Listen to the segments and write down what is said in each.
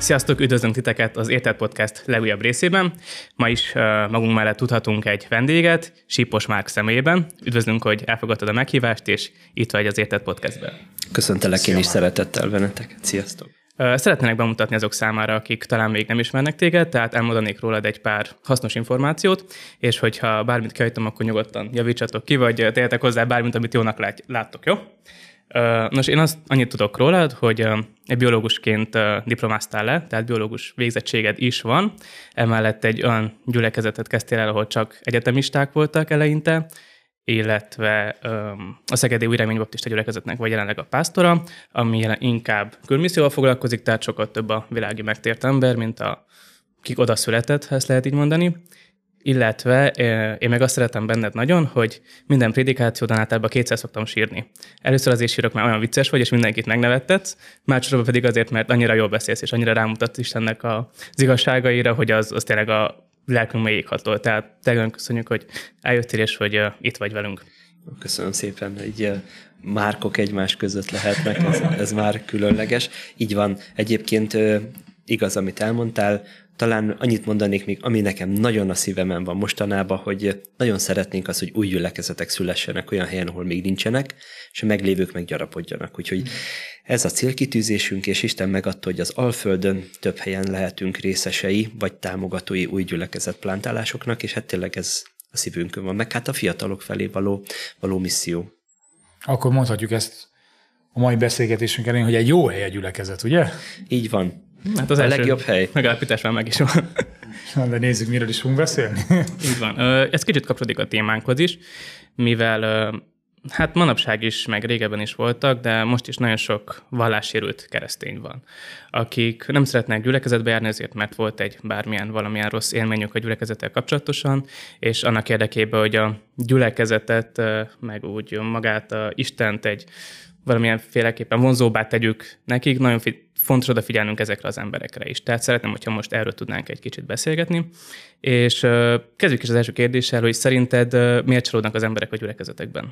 Sziasztok, üdvözlünk titeket az Érted Podcast legújabb részében. Ma is magunk mellett tudhatunk egy vendéget, Sipos Márk személyében. Üdvözlünk, hogy elfogadtad a meghívást, és itt vagy az Érted Podcastben. Köszöntelek én is szeretettel benneteket. Sziasztok! Szeretnének bemutatni azok számára, akik talán még nem ismernek téged, tehát elmondanék rólad egy pár hasznos információt, és hogyha bármit kihagytam, akkor nyugodtan javítsatok ki, vagy tegyetek hozzá bármit, amit jónak láttok, jó? Nos, én annyit tudok rólad, hogy egy biológusként diplomáztál le, tehát biológus végzettséged is van, emellett egy olyan gyülekezetet kezdtél el, ahol csak egyetemisták voltak eleinte, illetve a Szegedi Új Remény Baptista gyülekezetnek vagy jelenleg a pásztora, ami inkább külmisszióval foglalkozik, tehát sokkal több a világi megtért ember, mint akik oda született, ha ezt lehet így mondani. Illetve én meg azt szeretem benned nagyon, hogy minden prédikációban általában kétszer szoktam sírni. Először azért sírok, mert olyan vicces vagy, és mindenkit megnevettetsz, másodszorban pedig azért, mert annyira jól beszélsz, és annyira rámutatsz Istennek az igazságaira, hogy az tényleg a lelkünk mélyig hatol. Tehát tényleg köszönjük, hogy eljöttél, és hogy itt vagy velünk. Köszönöm szépen, így márkok egymás között lehetnek, ez már különleges. Így van, egyébként igaz, amit elmondtál, talán annyit mondanék még, ami nekem nagyon a szívemen van mostanában, hogy nagyon szeretnénk azt, hogy új gyülekezetek szülessenek olyan helyen, ahol még nincsenek, és a meglévők meg gyarapodjanak. Úgyhogy ez a célkitűzésünk, és Isten megadta, hogy az Alföldön több helyen lehetünk részesei, vagy támogatói új gyülekezetplántálásoknak, és hát tényleg ez a szívünkön van, meg hát a fiatalok felé való misszió. Akkor mondhatjuk ezt a mai beszélgetésünk elején, hogy egy jó hely a gyülekezet, ugye? Így van. Hát az a legjobb hely. Megállapítás már meg is van. De nézzük, miről is fogunk beszélni. Így van. Ez kicsit kapcsolódik a témánkhoz is, mivel hát manapság is, meg régebben is voltak, de most is nagyon sok vallássérült keresztény van, akik nem szeretnek gyülekezetbe járni azért, mert volt egy valamilyen rossz élményük a gyülekezettel kapcsolatosan, és annak érdekében, hogy a gyülekezetet, meg úgy magát a Istent egy valamilyen féleképpen vonzóbbá tegyük nekik, nagyon fontos odafigyelnünk ezekre az emberekre is. Tehát szeretném, hogyha most erről tudnánk egy kicsit beszélgetni. És kezdjük is az első kérdéssel, hogy szerinted miért csalódnak az emberek a gyülekezetekben?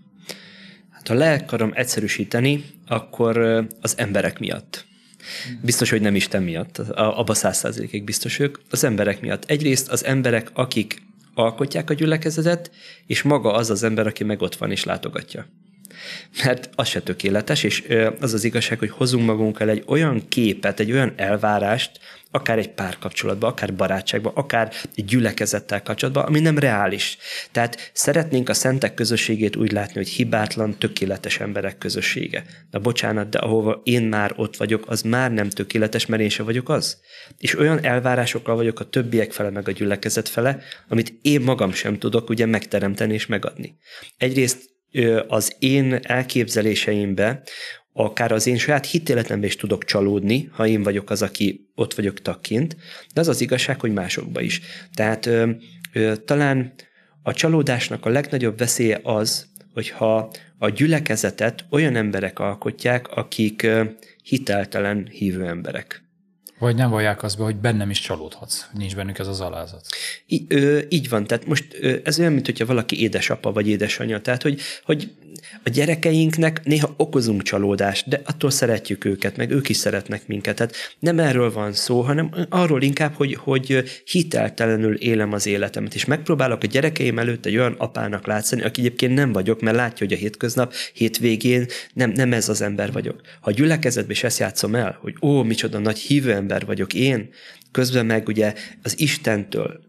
Hát ha le akarom egyszerűsíteni, akkor az emberek miatt. Biztos, hogy nem Isten miatt, abba 100%-ig biztos ők. Az emberek miatt. Egyrészt az emberek, akik alkotják a gyülekezetet, és maga az az ember, aki meg ott van és látogatja. Mert az se tökéletes, és az az igazság, hogy hozunk magunkkal egy olyan képet, egy olyan elvárást, akár egy párkapcsolatban, akár barátságban, akár egy gyülekezettel kapcsolatban, ami nem reális. Tehát szeretnénk a szentek közösségét úgy látni, hogy hibátlan, tökéletes emberek közössége. Na bocsánat, de ahova én már ott vagyok, az már nem tökéletes, mert én se vagyok az. És olyan elvárásokkal vagyok a többiek fele, meg a gyülekezet fele, amit én magam sem tudok ugye megteremteni és megadni. Egyrészt az én elképzeleimbe, akár az én saját hitéletembe is tudok csalódni, ha én vagyok az, aki ott vagyok tagként, de az az igazság, hogy másokba is. Tehát talán a csalódásnak a legnagyobb veszélye az, hogyha a gyülekezetet olyan emberek alkotják, akik hiteltelen hívő emberek. Vagy nem vallják azt be, hogy bennem is csalódhatsz, nincs bennük ez az alázat. Így van, tehát most ez olyan, mint hogyha valaki édesapa vagy édesanyja, tehát hogy a gyerekeinknek néha okozunk csalódást, de attól szeretjük őket, meg ők is szeretnek minket. Tehát nem erről van szó, hanem arról inkább, hogy hiteltelenül élem az életemet, és megpróbálok a gyerekeim előtt egy olyan apának látszani, aki egyébként nem vagyok, mert látja, hogy a hétköznap, hétvégén nem ez az ember vagyok. Ha a gyülekezetben is ezt játszom el, hogy micsoda nagy hívő ember vagyok én, közben meg ugye az Istentől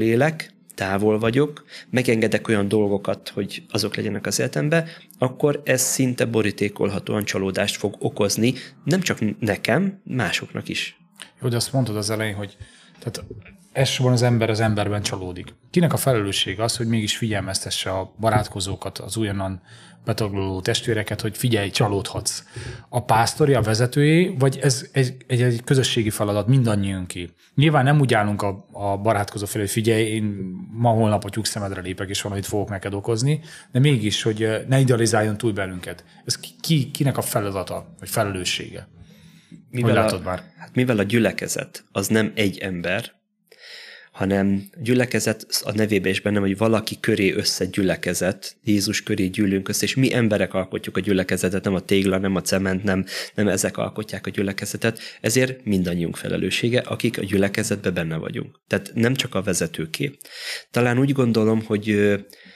távol vagyok, megengedek olyan dolgokat, hogy azok legyenek az életemben, akkor ez szinte borítékolhatóan csalódást fog okozni, nem csak nekem, másoknak is. Jó, de azt mondtad az elején, hogy tehát elsősorban az ember az emberben csalódik. Kinek a felelőssége az, hogy mégis figyelmeztesse a barátkozókat, az újonnan betagoló testvéreket, hogy figyelj, csalódhatsz. A pásztori, a vezetőjé, vagy ez egy közösségi feladat mindannyiunké? Nyilván nem úgy állunk a barátkozó felé, hogy figyelj, én holnap a tyúkszemedre lépek, és valamit fogok neked okozni, de mégis, hogy ne idealizáljon túl belünket. Ez kinek a feladata, vagy felelőssége? Hogy látod már? Hát mivel a gyülekezet az nem egy ember, hanem gyülekezet a nevében is benne, hogy valaki köré összegyülekezet, Jézus köré gyűlünk össze, és mi emberek alkotjuk a gyülekezetet, nem a tégla, nem a cement, nem ezek alkotják a gyülekezetet, ezért mindannyiunk felelőssége, akik a gyülekezetben benne vagyunk. Tehát nem csak a vezetőké. Talán úgy gondolom, hogy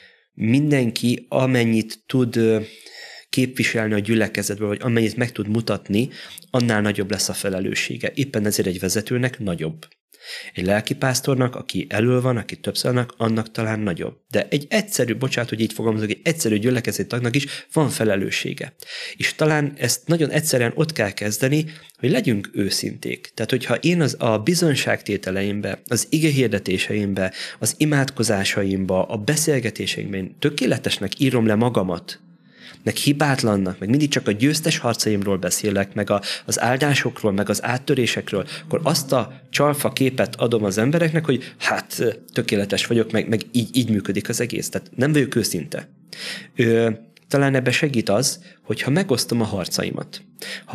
mindenki amennyit tud képviselni a gyülekezetből, vagy amennyit meg tud mutatni, annál nagyobb lesz a felelőssége. Éppen ezért egy vezetőnek nagyobb. Egy lelkipásztornak, aki elől van, aki többszörnek, annak talán nagyobb. De egy egyszerű, bocsánat, hogy így fogalmazok, egy egyszerű gyülekezeti tagnak is van felelőssége. És talán ezt nagyon egyszerűen ott kell kezdeni, hogy legyünk őszinték. Tehát, hogyha én a bizonyságtételeimbe, az igehirdetéseimbe, az imádkozásaimba, a beszélgetéseimben tökéletesnek írom le magamat, meg hibátlannak, meg mindig csak a győztes harcaimról beszélek, meg az áldásokról, meg az áttörésekről, akkor azt a csalfa képet adom az embereknek, hogy hát tökéletes vagyok, meg így működik az egész. Tehát nem vagyok őszinte. Talán ebbe segít az, hogyha megosztom a harcaimat.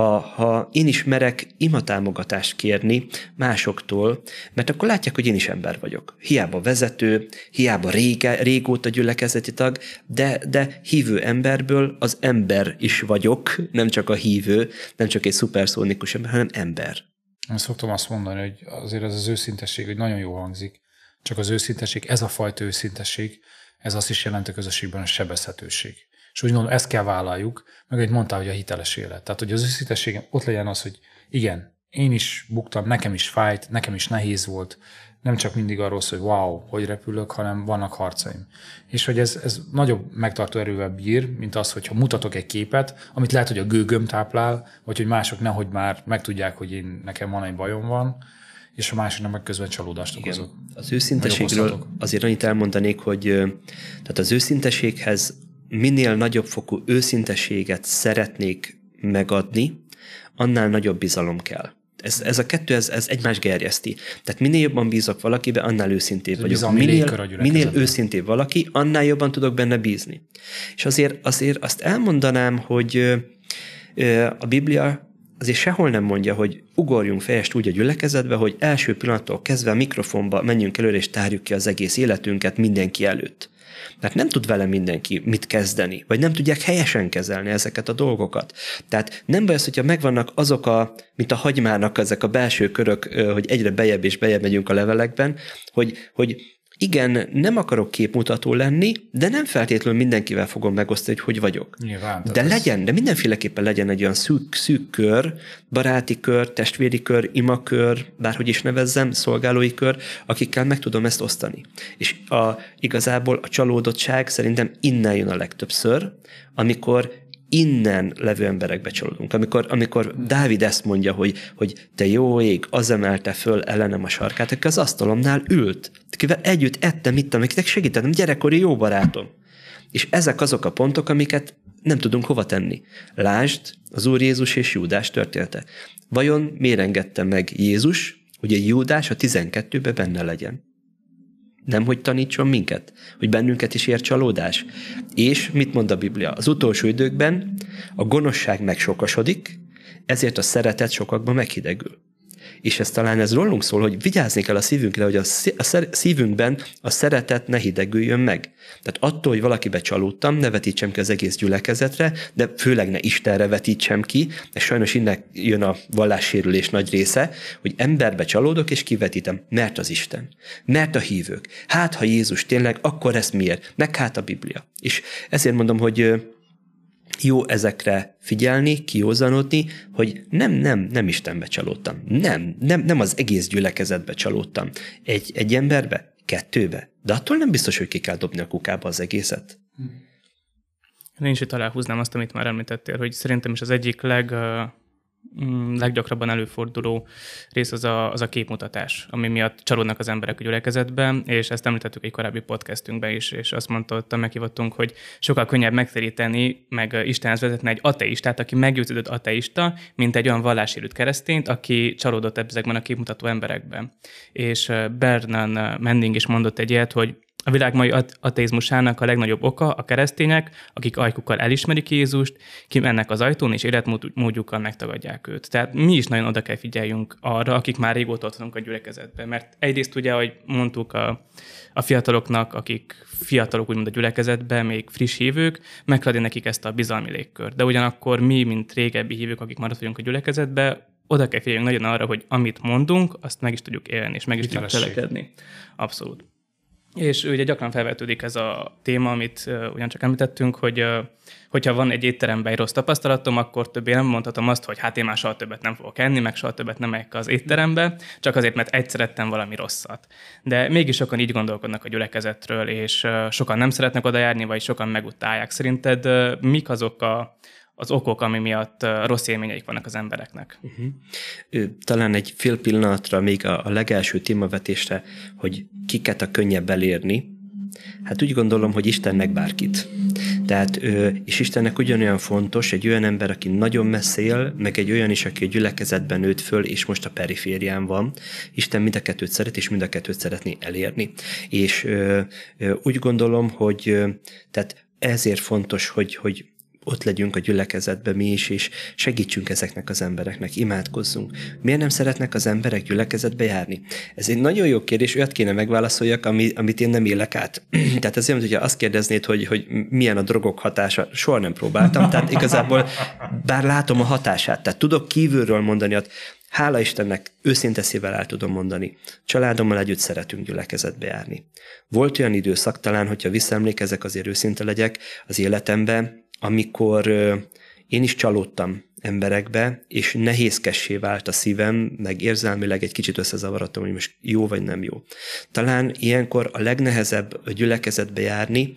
Ha én is merek imatámogatást kérni másoktól, mert akkor látják, hogy én is ember vagyok. Hiába vezető, hiába régóta gyülekezeti tag, de hívő emberből az ember is vagyok, nem csak a hívő, nem csak egy szuperszónikus ember, hanem ember. Én szoktam azt mondani, hogy azért ez az őszintesség, hogy nagyon jól hangzik, csak az őszintesség, ez a fajta őszintesség, ez azt is jelenti a közösségben a sebezhetőség. És úgy gondolom, ezt kell vállaljuk, meg egy mondtál, hogy a hiteles élet. Tehát, hogy az őszintességem ott legyen az, hogy igen, én is buktam, nekem is fájt, nekem is nehéz volt, nem csak mindig arról szól, hogy wow, hogy repülök, hanem vannak harcaim. És hogy ez nagyobb megtartó erővel bír, mint az, hogyha mutatok egy képet, amit lehet, hogy a gőgöm táplál, vagy hogy mások nehogy már megtudják, hogy nekem van egy bajom van, és a másiknak meg közben csalódást okozok. Az őszinteségről azért annyit elmondanék, hogy tehát az őszinteséghez minél nagyobb fokú őszinteséget szeretnék megadni, annál nagyobb bizalom kell. Ez a kettő, ez egymást gerjeszti. Tehát minél jobban bízok valakibe, annál őszintébb vagyok. Minél őszintébb valaki, annál jobban tudok benne bízni. És azért azt elmondanám, hogy a Biblia azért sehol nem mondja, hogy ugorjunk fejest úgy a gyülekezetbe, hogy első pillanattól kezdve a mikrofonba menjünk előre és tárjuk ki az egész életünket mindenki előtt. Mert nem tud vele mindenki mit kezdeni, vagy nem tudják helyesen kezelni ezeket a dolgokat. Tehát nem baj az, hogyha megvannak azok mint a hagymának ezek a belső körök, hogy egyre bejebb és bejebb megyünk a levelekben, hogy igen, nem akarok képmutató lenni, de nem feltétlenül mindenkivel fogom megosztani, hogy vagyok. Nyilván, de mindenféleképpen legyen egy olyan szűk kör, baráti kör, testvéri kör, imakör, bárhogy is nevezzem, szolgálói kör, akikkel meg tudom ezt osztani. És igazából a csalódottság szerintem innen jön a legtöbbször, amikor innen levő emberekbe csalódunk. Amikor Dávid ezt mondja, hogy te jó ég, az emelte föl ellenem a sarkát, aki az asztalomnál ült, akivel együtt ettem, akinek segítettem, gyerekkori jó barátom. És ezek azok a pontok, amiket nem tudunk hova tenni. Lásd az Úr Jézus és Júdás története. Vajon miért engedte meg Jézus, hogy a Júdás a 12-ben benne legyen? Nem, hogy tanítson minket, hogy bennünket is ér csalódás. És mit mond a Biblia? Az utolsó időkben a gonoszság megsokasodik, ezért a szeretet sokakban meghidegül. És talán ez rólunk szól, hogy vigyázni kell a szívünkre, hogy a szívünkben a szeretet ne hidegüljön meg. Tehát attól, hogy valakibe csalódtam, ne vetítsem ki az egész gyülekezetre, de főleg ne Istenre vetítsem ki, és sajnos innen jön a vallássérülés nagy része, hogy emberbe csalódok, és kivetítem, mert az Isten, mert a hívők. Hát, ha Jézus tényleg, akkor ezt miért? Meg hát a Biblia. És ezért mondom, hogy jó ezekre figyelni, kiózanodni, hogy nem Istenbe csalódtam. Nem az egész gyülekezetbe csalódtam. Egy emberbe, 2-be. De attól nem biztos, hogy ki kell dobni a kukába az egészet. Én is itt aláhúznám azt, amit már említettél, hogy szerintem is az egyik leggyakrabban előforduló rész az a képmutatás, ami miatt csalódnak az emberek a gyülekezetben, és ezt említettük egy korábbi podcastünkben is, és azt mondta, ott meghívottunk, hogy sokkal könnyebb megtéríteni, meg Istenhez vezetni egy ateistát, aki meggyőződött ateista, mint egy olyan vallássérült keresztényt, aki csalódott ezekben a képmutató emberekben. És Bernard Manning is mondott egy ilyet, hogy A világ mai ateizmusának a legnagyobb oka a keresztények, akik ajkukkal elismerik Jézust, kimennek az ajtón, és életmódjukkal megtagadják őt. Tehát mi is nagyon oda kell figyeljünk arra, akik már régóta ott vannak a gyülekezetben. Mert egyrészt ugye, ahogy mondtuk a fiataloknak, akik fiatalok úgymond a gyülekezetben, még friss hívők, meg kell adni nekik ezt a bizalmi légkört. De ugyanakkor mi, mint régebbi hívők, akik már ott vagyunk a gyülekezetben, oda kell figyeljünk nagyon arra, hogy amit mondunk, azt meg is tudjuk élni, és meg is tudjuk cselekedni. Abszolút. És ugye gyakran felvetődik ez a téma, amit ugyancsak említettünk, hogy hogyha van egy étteremben egy rossz tapasztalatom, akkor többé nem mondhatom azt, hogy hát én már soha többet nem fogok enni, meg soha többet nem megyek az étterembe, csak azért, mert egyszer ettem valami rosszat. De mégis sokan így gondolkodnak a gyülekezetről, és sokan nem szeretnek oda járni, vagy sokan megutálják. Szerinted mik azok az okok, ami miatt rossz élményeik vannak az embereknek? Talán egy fél pillanatra még a legelső témavetésre, hogy kiket a könnyebb elérni. Hát úgy gondolom, hogy Istennek bárkit. Tehát, és Istennek ugyanolyan fontos egy olyan ember, aki nagyon messze él, meg egy olyan is, aki a gyülekezetben nőtt föl, és most a periférián van. Isten mind a kettőt szeret, és mind a kettőt szeretné elérni. És úgy gondolom, hogy tehát ezért fontos, hogy ott legyünk a gyülekezetben mi is, és segítsünk ezeknek az embereknek, imádkozzunk. Miért nem szeretnek az emberek gyülekezetbe járni? Ez egy nagyon jó kérdés, olyat kéne megválaszoljak, amit én nem élek át. Tehát ez olyan, hogyha azt kérdeznéd, hogy milyen a drogok hatása, soha nem próbáltam, tehát igazából bár látom a hatását, tehát tudok kívülről mondani, hála Istennek, őszinte szívvel el tudom mondani. Családommal együtt szeretünk gyülekezetbe járni. Volt olyan időszak, talán, hogyha visszaemlékezek, azért őszinte legyek az életemben, amikor én is csalódtam emberekbe, és nehézkessé vált a szívem, meg érzelmileg egy kicsit összezavarodtam, hogy most jó vagy nem jó. Talán ilyenkor a legnehezebb a gyülekezetbe járni,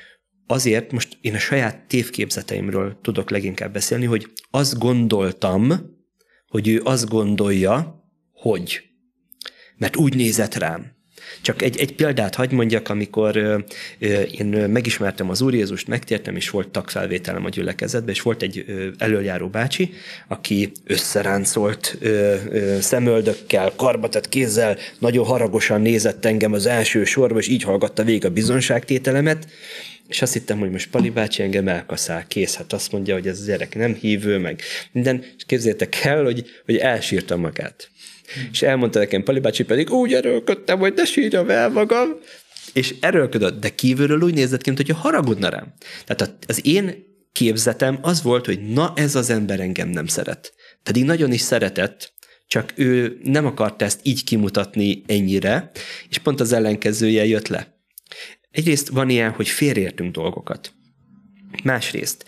azért most én a saját tévképzeteimről tudok leginkább beszélni, hogy azt gondoltam, hogy ő azt gondolja, hogy. Mert úgy nézett rám. Csak egy példát hadd mondjak, amikor én megismertem az Úr Jézust, megtértem, és volt tagfelvételem a gyülekezetben, és volt egy elöljáró bácsi, aki összeráncolt szemöldökkel, karbatett kézzel, nagyon haragosan nézett engem az első sorba, és így hallgatta végig a bizonságtételemet, és azt hittem, hogy most Pali bácsi engem elkaszál, kész, hát azt mondja, hogy ez a gyerek nem hívő, meg minden, és képzeljétek el, hogy elsírta magát. És elmondta nekem Pali bácsi, pedig úgy erőlködtem, hogy ne sírjam el magam, és erőlködött, de kívülről úgy nézett ki, mintha haragudna rám. Tehát az én képzetem az volt, hogy na ez az ember engem nem szeret. Pedig nagyon is szeretett, csak ő nem akarta ezt így kimutatni ennyire, és pont az ellenkezője jött le. Egyrészt van ilyen, hogy félreértünk dolgokat. Másrészt,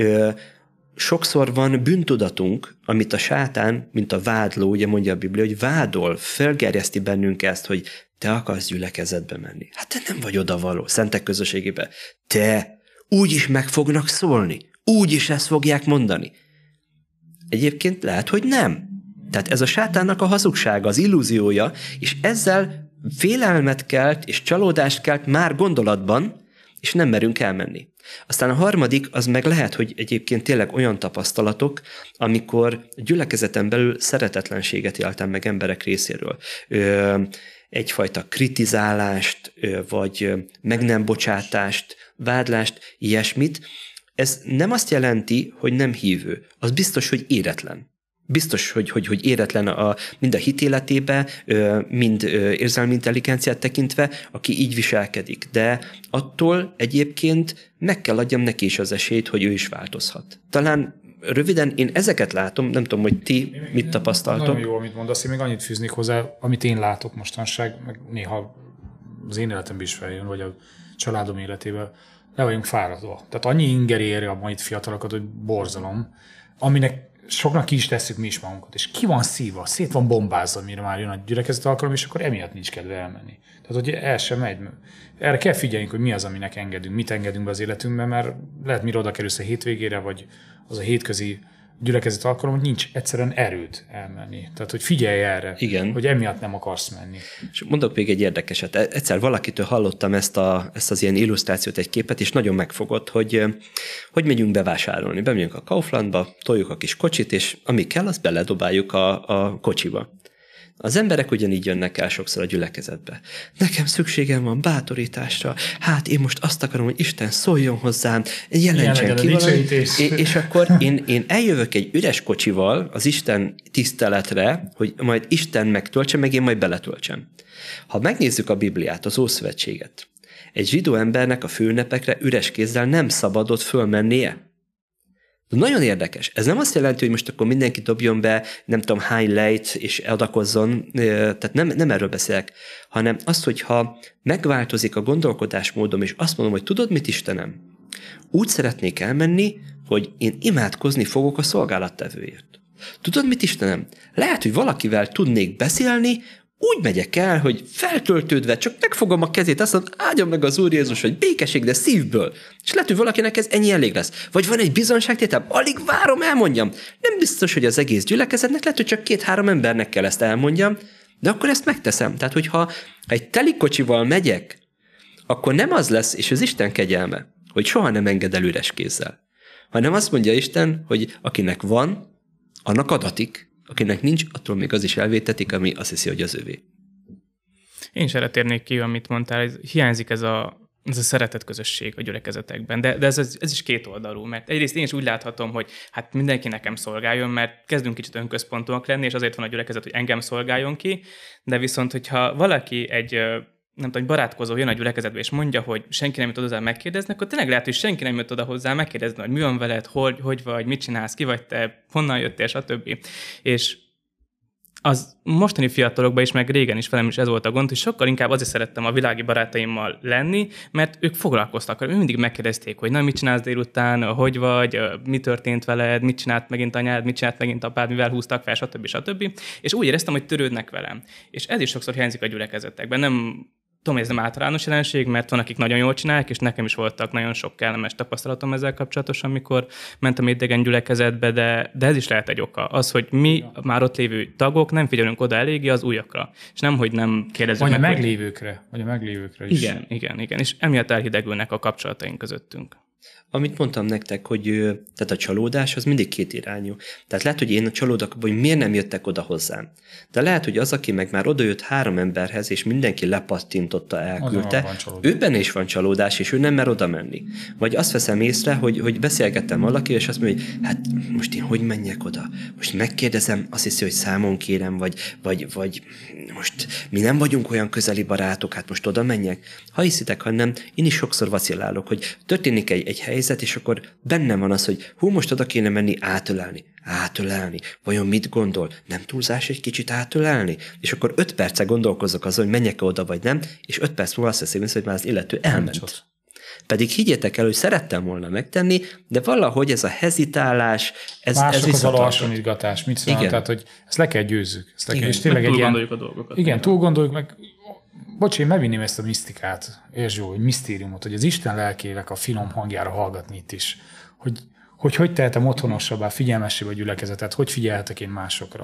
sokszor van bűntudatunk, amit a sátán, mint a vádló, ugye mondja a Biblia, hogy vádol, felgerjeszti bennünk ezt, hogy te akarsz gyülekezetbe menni. Hát te nem vagy odavaló, szentek közösségébe. Te úgyis meg fognak szólni, úgyis ezt fogják mondani. Egyébként lehet, hogy nem. Tehát ez a sátánnak a hazugsága, az illúziója, és ezzel félelmet kelt és csalódást kelt már gondolatban, és nem merünk elmenni. Aztán a harmadik, az meg lehet, hogy egyébként tényleg olyan tapasztalatok, amikor gyülekezeten belül szeretetlenséget éltem meg emberek részéről. Egyfajta kritizálást, vagy meg nem bocsátást, vádlást, ilyesmit. Ez nem azt jelenti, hogy nem hívő. Az biztos, hogy éretlen. Biztos, hogy éretlen mind a hitéletébe, mind érzelmi intelligenciát tekintve, aki így viselkedik. De attól egyébként meg kell adjam neki is az esélyt, hogy ő is változhat. Talán röviden én ezeket látom, nem tudom, hogy ti mit tapasztaltok. Nagyon jó, amit mondasz, én még annyit fűznék hozzá, amit én látok mostanság, meg néha az én életemben is feljön, vagy a családom életében, le vagyunk fáradva. Tehát annyi inger éri a mai fiatalokat, hogy borzalom, aminek soknak ki is tesszük mi is magunkat, és ki van szívva, szét van bombázva, mire már jön a gyülekezet alkalom, és akkor emiatt nincs kedve elmenni. Tehát, hogy el sem megy. Erre kell figyeljünk, hogy mi az, aminek engedünk, mit engedünk be az életünkbe, mert lehet, mire oda kerülsz a hétvégére, vagy az a hétközi gyülekezet alkalom, hogy nincs egyszerűen erőt elmenni. Tehát, hogy figyelj erre, igen, hogy emiatt nem akarsz menni. És mondok még egy érdekeset. Egyszer valakitől hallottam ezt az ilyen illusztrációt, egy képet, és nagyon megfogott, hogy megyünk bevásárolni. Bemegyünk a Kauflandba, toljuk a kis kocsit, és ami kell, azt beledobáljuk a kocsiba. Az emberek ugyanígy jönnek el sokszor a gyülekezetbe. Nekem szükségem van bátorításra, hát én most azt akarom, hogy Isten szóljon hozzám, jelentsen ki valamit. És akkor én eljövök egy üres kocsival az Isten tiszteletre, hogy majd Isten megtöltse, meg én majd beletöltsem. Ha megnézzük a Bibliát, az Ószövetséget, egy zsidó embernek a főünnepekre üres kézzel nem szabadott fölmennie. Nagyon érdekes. Ez nem azt jelenti, hogy most akkor mindenki dobjon be, nem tudom, hány lejt és adakozzon, tehát nem erről beszélek, hanem az, hogyha megváltozik a gondolkodásmódom, és azt mondom, hogy tudod mit, Istenem? Úgy szeretnék elmenni, hogy én imádkozni fogok a szolgálattevőért. Tudod mit, Istenem? Lehet, hogy valakivel tudnék beszélni, úgy megyek el, hogy feltöltődve, csak megfogom a kezét, azt mondom, áldjon meg az Úr Jézus, hogy békesség, de szívből. És lehet, hogy valakinek ez ennyi elég lesz. Vagy van egy bizonságtétel, alig várom, elmondjam. Nem biztos, hogy az egész gyülekezetnek, lehet, hogy csak 2-3 embernek kell ezt elmondjam, de akkor ezt megteszem. Tehát, hogyha egy telikocsival megyek, akkor nem az lesz, és az Isten kegyelme, hogy soha nem enged el üres kézzel. Hanem azt mondja Isten, hogy akinek van, annak adatik, akinek nincs, attól még az is elvétetik, ami azt hiszi, hogy az övé. Én is erre térnék ki, amit mondtál, hiányzik ez a szeretett közösség a gyülekezetekben, de ez is kétoldalú, mert egyrészt én is úgy láthatom, hogy hát mindenki nekem szolgáljon, mert kezdünk kicsit önközpontúak lenni, és azért van a gyülekezet, hogy engem szolgáljon ki, de viszont, hogyha valaki nem tudom, barátkozó jön a gyülekezetbe, és mondja, hogy senki nem jött oda hozzá megkérdezni, akkor tényleg lehet, hogy senki nem jött oda hozzá megkérdezni, hogy mi van veled, hogy vagy, mit csinálsz, ki vagy te, honnan jöttél, stb. És az mostani fiatalokban is, meg régen is velem is ez volt a gond, hogy sokkal inkább azért szerettem a világi barátaimmal lenni, mert ők foglalkoztak. Ők mindig megkérdezték, hogy na, mit csinálsz délután, hogy vagy, mi történt veled, mit csinált megint anyád, mit csinált megint apád, mivel húztak fel, stb. És úgy éreztem, hogy törődnek velem. És ez is sokszor hiányzik a gyülekezetekben. Nem tudom, ez nem általános jelenség, mert van, akik nagyon jól csinálják, és nekem is voltak nagyon sok kellemes tapasztalatom ezzel kapcsolatosan, amikor mentem idegen gyülekezetbe, de ez is lehet egy oka. Az, hogy mi már ott lévő tagok nem figyelünk oda eléggé az újakra. És nem, hogy nem kérdezzük meg. Vagy a meglévőkre is. Igen. És emiatt elhidegülnek a kapcsolataink közöttünk. Amit mondtam nektek, hogy tehát a csalódás az mindig kétirányú. Tehát lehet, hogy én csalódok, hogy miért nem jöttek oda hozzám. De lehet, hogy az, aki meg már odajött 3 emberhez, és mindenki lepattintotta, elküldte, őben is van csalódás, és ő nem mer oda menni. Vagy azt veszem észre, hogy beszélgettem valaki, és azt mondja, hogy hát most én hogy menjek oda? Most megkérdezem, azt hiszi, hogy számon kérem, vagy most mi nem vagyunk olyan közeli barátok, hát most oda menjek. Ha hiszitek, ha nem, én is sokszor vacillálok, hogy történik egy helyzet, és akkor bennem van az, hogy most oda kéne menni átölelni. Vajon mit gondol? Nem túlzás egy kicsit átölelni? És akkor 5 perce gondolkozok azon, hogy menjek-e oda, vagy nem, és 5 perc múlva azt veszem észre, hogy már az illető elment. Pedig higgyétek el, hogy szerettem volna megtenni, de valahogy ez a hezitálás, ez visszatartott. A hasonlítgatás, mit szólnak, tehát hogy ezt le kell győzzük. És tényleg túl gondoljuk a dolgokat. Igen, túl gondoljuk meg. Bocs, én megvinném ezt a misztikát, és jó, egy misztériumot, hogy az Isten lelkének a finom hangjára hallgatni itt is. Hogy tehetem otthonosabbá, figyelmesebbé a gyülekezetet, hogy figyelhetek én másokra?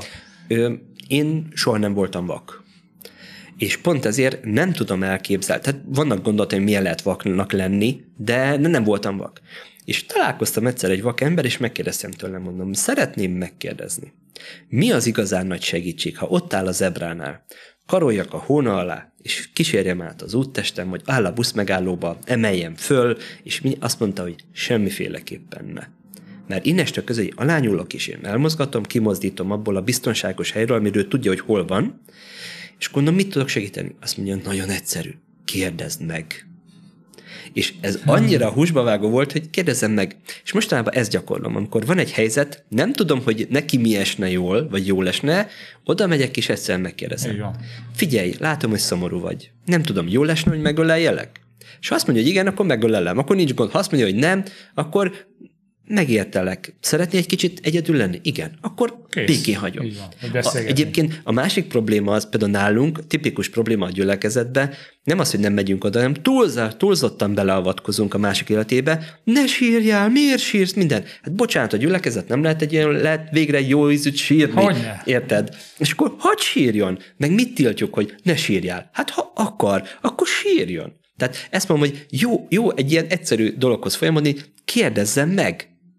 Én soha nem voltam vak. És pont ezért nem tudom elképzelni. Tehát vannak gondolataim, milyen lehet vaknak lenni, de nem voltam vak. És találkoztam egyszer egy vak ember, és megkérdeztem tőle, mondom, szeretném megkérdezni. Mi az igazán nagy segítség, ha ott áll a zebránál, karoljak a hóna alá, és kísérjem át az úttesten, vagy áll a buszmegállóba, emeljem föl, és azt mondta, hogy semmiféleképpen ne. Mert innestől közül alányulok, és én elmozgatom, kimozdítom abból a biztonságos helyről, amiről tudja, hogy hol van, és gondolom, mit tudok segíteni? Azt mondja, nagyon egyszerű, kérdezd meg. És ez annyira húsba vágó volt, hogy kérdezzem meg. És mostanában ezt gyakorlom, amikor van egy helyzet, nem tudom, hogy neki mi esne jól, vagy jól esne, oda megyek, és egyszerűen megkérdezem. Figyelj, látom, hogy szomorú vagy. Nem tudom, jól esne, hogy megöleljelek? És ha azt mondja, hogy igen, akkor megölelem. Akkor nincs gond. Ha azt mondja, hogy nem, akkor megértelek. Szeretné egy kicsit egyedül lenni? Igen. Akkor békén hagyom. Egyébként a másik probléma az például nálunk, tipikus probléma a gyülekezetben, nem az, hogy nem megyünk oda, hanem túlzottan beleavatkozunk a másik életébe. Ne sírjál, miért sírsz, minden? Hát bocsánat, a gyülekezet nem lehet végre jó ízűt sírni. Hogyne? Érted? És akkor hadd sírjon. Meg mit tiltjuk, hogy ne sírjál? Hát ha akar, akkor sírjon. Tehát ezt mondom, hogy jó egy ilyen egyszerű dologhoz folyamodni, kérdezzem meg.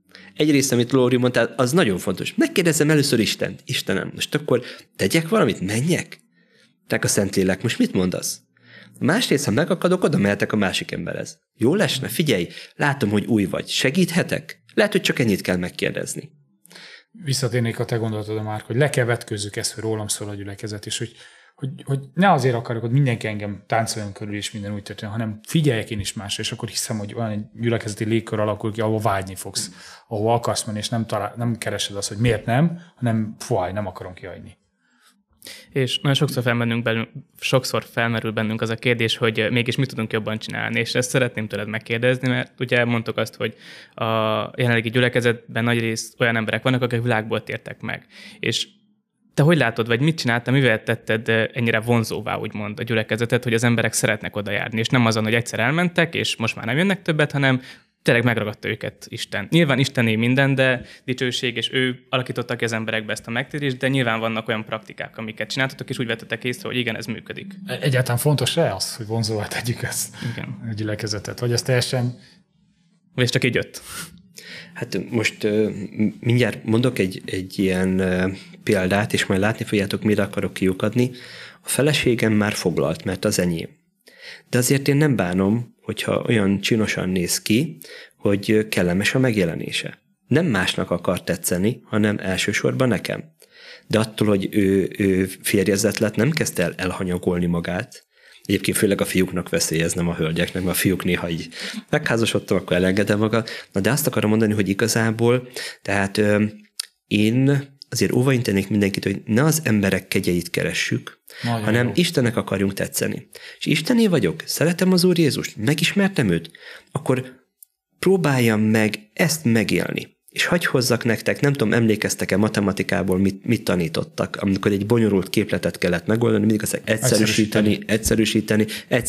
egyrészt, amit Lóri mondta, az nagyon fontos. Megkérdezem először Istent. Istenem, most akkor tegyek valamit, menjek? Tehát a Szentlélek, most mit mondasz? Másrészt, ha megakadok, oda mehetek a másik emberhez. Jó lesne? Figyelj, látom, hogy új vagy. Segíthetek? Lehet, hogy csak ennyit kell megkérdezni. Visszatérnék a te gondolatod, Márk, hogy le kell vetkőzzük ezt, hogy rólam szól a gyülekezet, és hogy ne azért akarok, hogy mindenki engem táncoljon körül, és minden úgy történik, hanem figyeljek én is másra, és akkor hiszem, hogy olyan egy gyülekezeti légkör alakul ki, ahol vágyni fogsz, ahol akarsz menni, és nem keresed azt, hogy miért nem, hanem nem akarom kihagyni. És nagyon sokszor felmerül bennünk az a kérdés, hogy mégis mit tudunk jobban csinálni, és ezt szeretném tőled megkérdezni, mert ugye mondtuk azt, hogy a jelenlegi gyülekezetben nagyrészt olyan emberek vannak, akik világból tértek meg. És te hogy látod, vagy mit csináltál, mivel tetted ennyire vonzóvá, úgymond a gyülekezetet, hogy az emberek szeretnek oda járni, és nem azon, hogy egyszer elmentek, és most már nem jönnek többet, hanem tényleg megragadta őket Isten. Nyilván Istené minden, de dicsőség, és ő alakította ki az emberekbe ezt a megtérést, de nyilván vannak olyan praktikák, amiket csináltatok, és úgy vettetek észre, hogy igen, ez működik. Egyáltalán fontos-e az, hogy vonzóvá tegyük ezt a gyülekezetet? Vagy ez teljesen... Vagy ez csak így jött? Hát most mindjárt mondok egy ilyen példát, és majd látni fogjátok, mire akarok kiukadni. A feleségem már foglalt, mert az enyém. De azért én nem bánom, hogyha olyan csinosan néz ki, hogy kellemes a megjelenése. Nem másnak akar tetszeni, hanem elsősorban nekem. De attól, hogy ő férjezett lett, nem kezdte el elhanyagolni magát. Egyébként főleg a fiúknak veszélyez, nem a hölgyeknek, mert a fiúk néha így megházasodtam, akkor elengedem magam. Na de azt akarom mondani, hogy igazából, tehát én azért óvaintenék mindenkit, hogy ne az emberek kegyeit keressük, nagyon hanem jó. Istennek akarjunk tetszeni. És Istené vagyok, szeretem az Úr Jézust, megismertem őt, akkor próbáljam meg ezt megélni. És hagyj hozzak nektek, nem tudom, emlékeztek-e matematikából, mit tanítottak, amikor egy bonyolult képletet kellett megoldani, mindig azt egyszerűsíteni.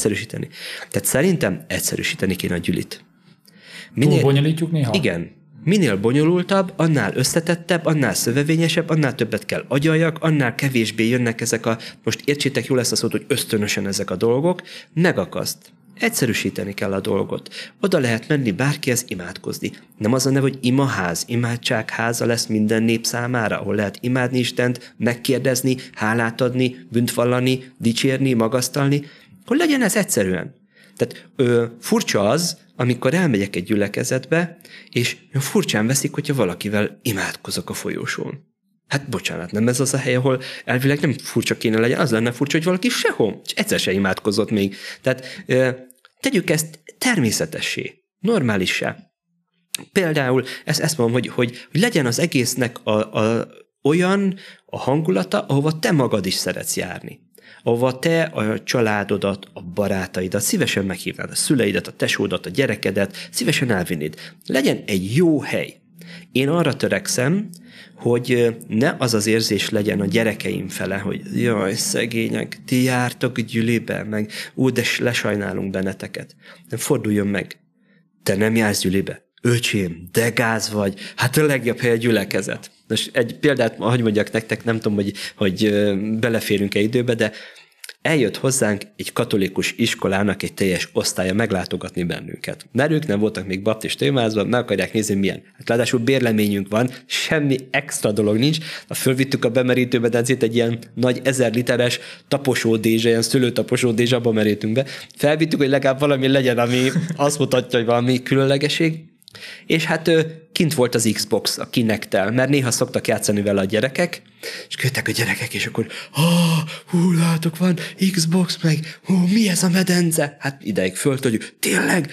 Tehát szerintem egyszerűsíteni kéne a gyülit. Túl bonyolítjuk néha? Igen. Minél bonyolultabb, annál összetettebb, annál szövevényesebb, annál többet kell agyaljak, annál kevésbé jönnek ezek most értsétek jól ezt a szót, hogy ösztönösen ezek a dolgok, megakaszt. Egyszerűsíteni kell a dolgot. Oda lehet menni bárkihez imádkozni. Nem az a neve, hogy imaház, imádságháza lesz minden nép számára, ahol lehet imádni Istent, megkérdezni, hálát adni, bűnt vallani, dicsérni, magasztalni, hogy legyen ez egyszerűen. Tehát furcsa az, amikor elmegyek egy gyülekezetbe, és furcsán veszik, hogyha valakivel imádkozok a folyosón. Hát bocsánat, nem ez az a hely, ahol elvileg nem furcsa kéne legyen, az lenne furcsa, hogy valaki sehol, és egyszer se imádkozott még. Tehát tegyük ezt természetessé, normálissá. Például ezt mondom, hogy legyen az egésznek olyan a hangulata, ahova te magad is szeretsz járni. Ahova te a családodat, a barátaidat szívesen meghívnád, a szüleidet, a tesódat, a gyerekedet, szívesen elvinnéd. Legyen egy jó hely. Én arra törekszem, hogy ne az az érzés legyen a gyerekeim fele, hogy jaj, szegények, ti jártok gyülibe, meg de lesajnálunk benneteket. Nem forduljon meg. Te nem jársz gyülibe? Öcsém, de gáz vagy. Hát a legjobb hely a gyülekezet. Most egy példát, ahogy mondjak nektek, nem tudom, hogy beleférünk-e időbe, de eljött hozzánk egy katolikus iskolának egy teljes osztálya meglátogatni bennünket. Mert ők nem voltak még baptista témázban, meg akarják nézni, milyen. Hát ráadásul bérleményünk van, semmi extra dolog nincs. Fölvittük a bemerítőmedencét, egy ilyen nagy 1000 literes taposódézse, ilyen szőlőtaposódézse, abba merítünk be. Felvittük, hogy legalább valami legyen, ami azt mutatja, hogy valami különlegesség. És hát kint volt az Xbox a Kinect-tel, mert néha szoktak játszani vele a gyerekek, és jöttek a gyerekek, és akkor látok, van Xbox, meg mi ez a medence? Hát ideig föltudjuk, tényleg,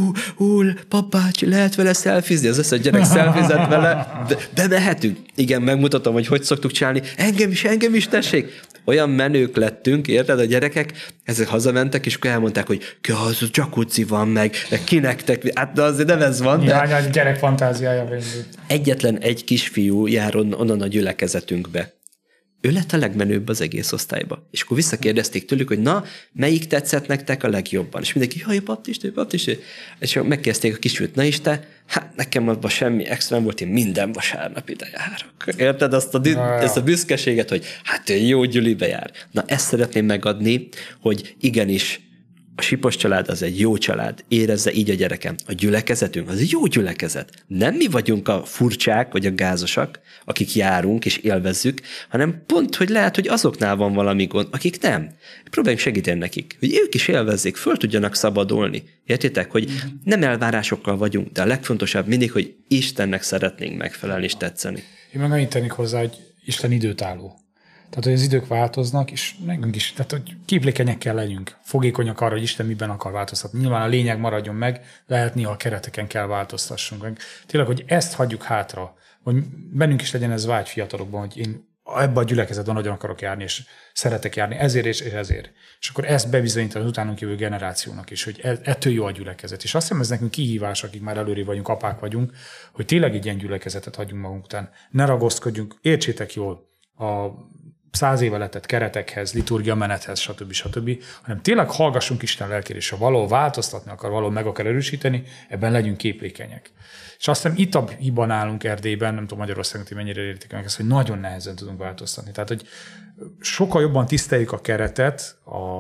papácsi, lehet vele szelfizni? Az összes gyerek szelfizett vele, bemehetünk? Igen, megmutatom, hogy szoktuk csinálni, engem is tessék. Olyan menők lettünk, érted, a gyerekek, ezek hazamentek, és akkor elmondták, hogy az jacuzzi van, meg kinektek, hát de azért nem ez van. De... a gyerek fantáziája végül. Egyetlen egy kisfiú jár onnan a gyülekezetünkbe. Ő lett a legmenőbb az egész osztályba. És akkor visszakérdezték tőlük, hogy na, melyik tetszett nektek a legjobban? És mindenki, jaj, baptista. És megkérdezték a kisfiút, na is te, hát nekem abban semmi extra nem volt, én minden vasárnap ide járok. Érted ezt a büszkeséget, hogy hát ő jó gyülibe jár. Na, ezt szeretném megadni, hogy igenis a Sipos család az egy jó család, érezze így a gyerekem. A gyülekezetünk az egy jó gyülekezet. Nem mi vagyunk a furcsák vagy a gázosak, akik járunk és élvezzük, hanem pont, hogy lehet, hogy azoknál van valami gond, akik nem. Próbáljunk segíteni nekik, hogy ők is élvezzék, föl tudjanak szabadulni. Értitek, hogy nem elvárásokkal vagyunk, de a legfontosabb mindig, hogy Istennek szeretnénk megfelelni és tetszeni. Én meg annyit tennék hozzá, hogy Isten időtálló. Tehát, hogy az idők változnak, és nekünk is, tehát, hogy képlékenyek kell legyünk, fogékonyak arra, hogy Isten miben akar változtatni. Nyilván a lényeg maradjon meg, lehet néha a kereteken kell változtassunk meg. Tényleg, hogy ezt hagyjuk hátra, hogy bennünk is legyen ez vágy fiatalokban, hogy én ebben a gyülekezetben nagyon akarok járni, és szeretek járni ezért és ezért. És akkor ezt bebizonyítani az utánunk jövő generációnak is, hogy ettől jó a gyülekezet. És azt hiszem, ez nekünk kihívás, akik már előrébb vagyunk, apák vagyunk, hogy tényleg egy ilyen gyülekezetet hagyjunk magunk után. Ne ragaszkodjunk, értsétek jól a 100 éve letett keretekhez, liturgia menethez, stb., hanem tényleg hallgassunk Isten lelkére, és ha valahol változtatni akar, valahol meg akar erősíteni, ebben legyünk képlékenyek. És azt hiszem, itt a hiba nálunk Erdélyben, nem tudom Magyarországon, hogy mennyire értik meg ezt, hogy nagyon nehezen tudunk változtatni. Tehát, hogy sokkal jobban tiszteljük a keretet,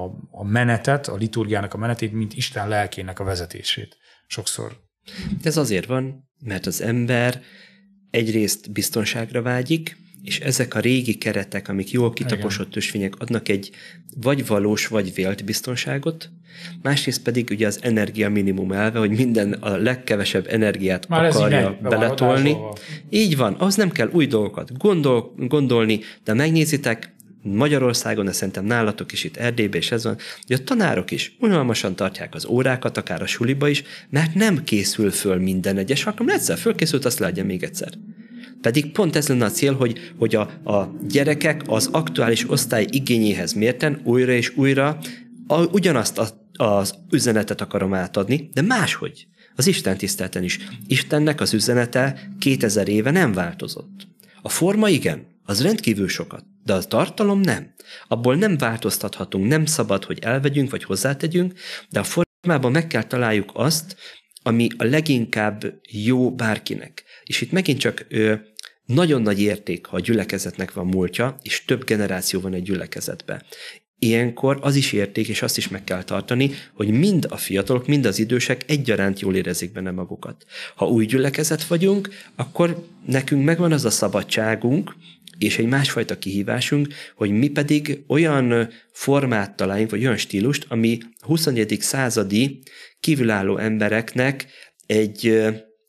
a menetet, a liturgiának a menetét, mint Isten lelkének a vezetését. Sokszor. Ez azért van, mert az ember egyrészt biztonságra vágyik, és ezek a régi keretek, amik jól kitaposott ösvények, adnak egy vagy valós, vagy vélt biztonságot, másrészt pedig ugye az energia minimum elve, hogy minden a legkevesebb energiát már akarja beletolni. Így van, az nem kell új dolgokat gondolni, de megnézitek, Magyarországon, de szerintem nálatok is itt Erdélyben is ez van, hogy a tanárok is unalmasan tartják az órákat, akár a suliba is, mert nem készül föl minden egyes alkalommal. Egyszer fölkészült, azt leadja még egyszer. Pedig pont ez lenne a cél, hogy a gyerekek az aktuális osztály igényéhez mérten újra és újra ugyanazt az üzenetet akarom átadni, de máshogy. Az Isten tiszteleten is. Istennek az üzenete 2000 éve nem változott. A forma igen, az rendkívül sokat, de a tartalom nem. Abból nem változtathatunk, nem szabad, hogy elvegyünk vagy hozzátegyünk, de a formában meg kell találjuk azt, ami a leginkább jó bárkinek. És itt megint csak nagyon nagy érték, ha a gyülekezetnek van múltja, és több generáció van egy gyülekezetben. Ilyenkor az is érték, és azt is meg kell tartani, hogy mind a fiatalok, mind az idősek egyaránt jól érezik benne magukat. Ha új gyülekezet vagyunk, akkor nekünk megvan az a szabadságunk, és egy másfajta kihívásunk, hogy mi pedig olyan formát találjunk, vagy olyan stílust, ami 21. századi kívülálló embereknek egy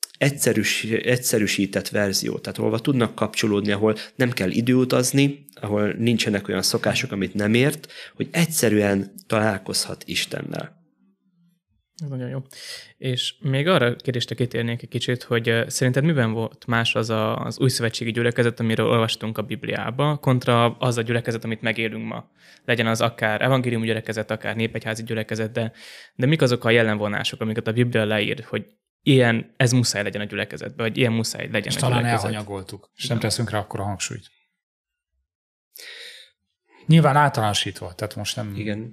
egyszerűsített verzió, tehát ahol tudnak kapcsolódni, ahol nem kell időutazni, ahol nincsenek olyan szokások, amit nem ért, hogy egyszerűen találkozhat Istennel. Ez nagyon jó. És még arra kérdésre kitérnék egy kicsit, hogy szerinted miben volt más az új szövetségi gyülekezet, amiről olvastunk a Bibliába, kontra az a gyülekezet, amit megélünk ma. Legyen az akár evangélium gyülekezet, akár népegyházi gyülekezet, de mik azok a jellemvonások, amiket a Biblia leír, hogy ez muszáj legyen a gyülekezetben, vagy ilyen muszáj legyen és a gyülekezet. És talán elhanyagoltuk, és nem teszünk rá akkora hangsúlyt. Nyilván általánosítva, tehát most nem... Igen.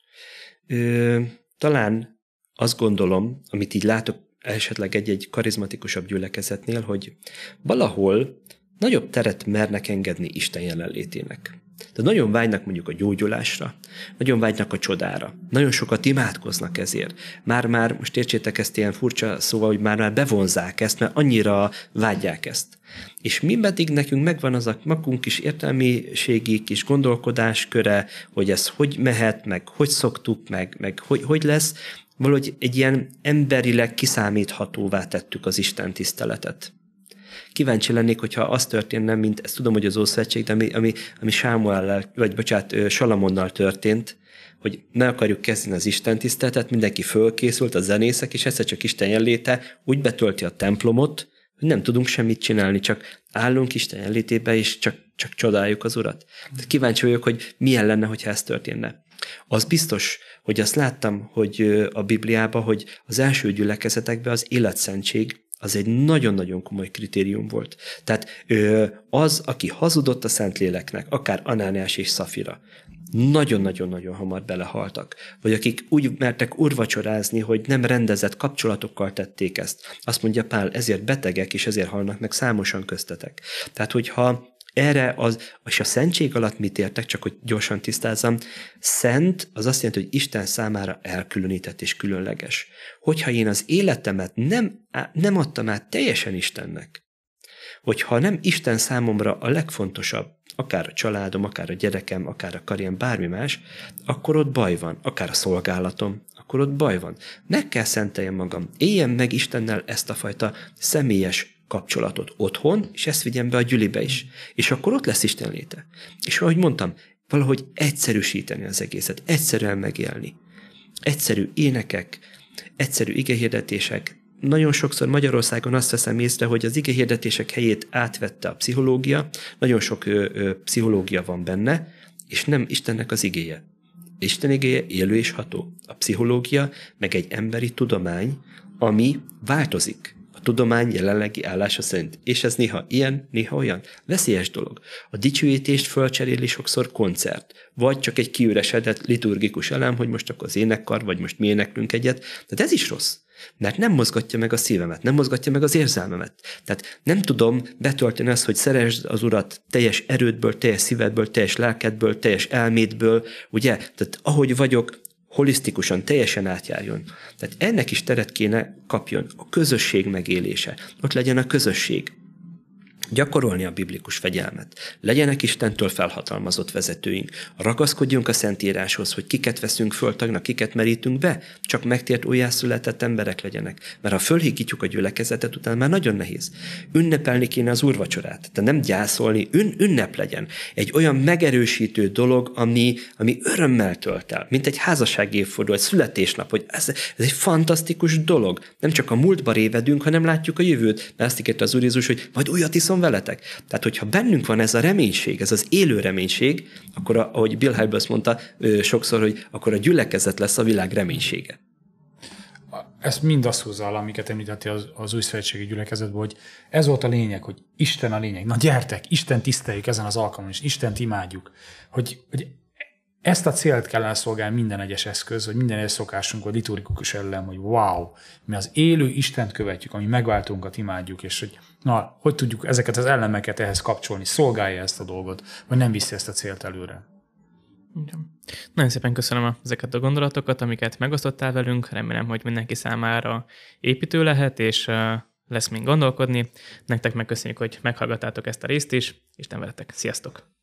Talán azt gondolom, amit így látok esetleg egy karizmatikusabb gyülekezetnél, hogy valahol nagyobb teret mernek engedni Isten jelenlétének. De nagyon vágynak mondjuk a gyógyulásra, nagyon vágynak a csodára, nagyon sokat imádkoznak ezért. Már most értsétek ezt ilyen furcsa szóval, hogy már bevonzák ezt, mert annyira vágyják ezt. És mi pedig nekünk megvan az a magunk is értelmiségi kis gondolkodásköre, hogy ez hogy mehet, meg hogy szoktuk, meg hogy lesz, valahogy egy ilyen emberileg kiszámíthatóvá tettük az Isten tiszteletet. Kíváncsi lennék, hogyha az történne, mint ezt tudom, hogy az Ószövetség, de ami Salamonnal történt, hogy meg akarjuk kezdeni az Isten tiszteletet, mindenki fölkészült, a zenészek, és egyszer csak Isten jelenléte úgy betölti a templomot, hogy nem tudunk semmit csinálni, csak állunk Isten jelenlétébe, és csak csodáljuk az Urat. Tehát kíváncsi vagyok, hogy milyen lenne, hogyha ez történne. Az biztos, hogy azt láttam, hogy a Bibliában, hogy az első gyülekezetekben az életszentség az egy nagyon-nagyon komoly kritérium volt. Tehát az, aki hazudott a Szentléleknek, akár Anániás és Szafira, nagyon-nagyon-nagyon hamar belehaltak. Vagy akik úgy mertek urvacsorázni, hogy nem rendezett kapcsolatokkal tették ezt. Azt mondja Pál, ezért betegek, és ezért halnak meg számosan köztetek. Tehát, hogyha Erre és a szentség alatt mit értek, csak hogy gyorsan tisztázzam, szent az azt jelenti, hogy Isten számára elkülönített és különleges. Hogyha én az életemet nem adtam át teljesen Istennek, hogyha nem Isten számomra a legfontosabb, akár a családom, akár a gyerekem, akár a karrierem, bármi más, akkor ott baj van, akár a szolgálatom, akkor ott baj van. Meg kell szenteljem magam, éljem meg Istennel ezt a fajta személyes kapcsolatot otthon, és ezt vigyem be a gyülibe is. És akkor ott lesz Isten léte. És ahogy mondtam, valahogy egyszerűsíteni az egészet, egyszerűen megélni. Egyszerű énekek, egyszerű igehirdetések. Nagyon sokszor Magyarországon azt veszem észre, hogy az igehirdetések helyét átvette a pszichológia, nagyon sok pszichológia van benne, és nem Istennek az igéje. Isten igéje élő és ható. A pszichológia meg egy emberi tudomány, ami változik a tudomány jelenlegi állása szerint. És ez néha ilyen, néha olyan. Veszélyes dolog. A dicsőítést fölcseréli sokszor koncert, vagy csak egy kiüresedett liturgikus elem, hogy most akkor az énekkar, vagy most mi éneklünk egyet. Tehát ez is rossz. Mert nem mozgatja meg a szívemet, nem mozgatja meg az érzelmemet. Tehát nem tudom betölteni azt, hogy szeresd az Urat teljes erődből, teljes szívedből, teljes lelkedből, teljes elmédből, ugye? Tehát ahogy vagyok, holisztikusan, teljesen átjárjon. Tehát ennek is teret kéne kapjon a közösség megélése. Ott legyen a közösség. Gyakorolni a biblikus fegyelmet. Legyenek Istentől felhatalmazott vezetőink. Ragaszkodjunk a Szentíráshoz, hogy kiket veszünk föl tagnak, kiket merítünk be, csak megtért újjászületett emberek legyenek. Mert ha fölhígítjuk a gyülekezetet, utána már nagyon nehéz. Ünnepelni kéne az úrvacsorát. De nem gyászolni, ünnep legyen. Egy olyan megerősítő dolog, ami örömmel tölt el, mint egy házassági évforduló, egy születésnap, hogy ez egy fantasztikus dolog. Nem csak a múltba révedünk, hanem látjuk a jövőt. Mert azt ígérte az Úr Jézus, hogy majd újat iszom veletek. Tehát, hogyha bennünk van ez a reménység, ez az élő reménység, akkor, ahogy Bill Hybels mondta sokszor, hogy akkor a gyülekezet lesz a világ reménysége. Ezt mind azt hozza alá, amiket említettél az új szövetségi gyülekezetben, hogy ez volt a lényeg, hogy Isten a lényeg. Na gyertek, Isten tiszteljük ezen az alkalmon, és Istent imádjuk. Hogy ezt a célt kellene szolgálni minden egyes eszköz, vagy minden egyes szokásunk, vagy liturgikus ellen, hogy wow, mi az élő Istent követjük, ami megváltunkat imádjuk, és hogy tudjuk ezeket az elemeket ehhez kapcsolni, szolgálja ezt a dolgot, vagy nem viszi ezt a célt előre. Nagyon szépen köszönöm ezeket a gondolatokat, amiket megosztottál velünk. Remélem, hogy mindenki számára építő lehet, és lesz mind gondolkodni. Nektek megköszönjük, hogy meghallgattátok ezt a részt is. Isten veletek. Sziasztok!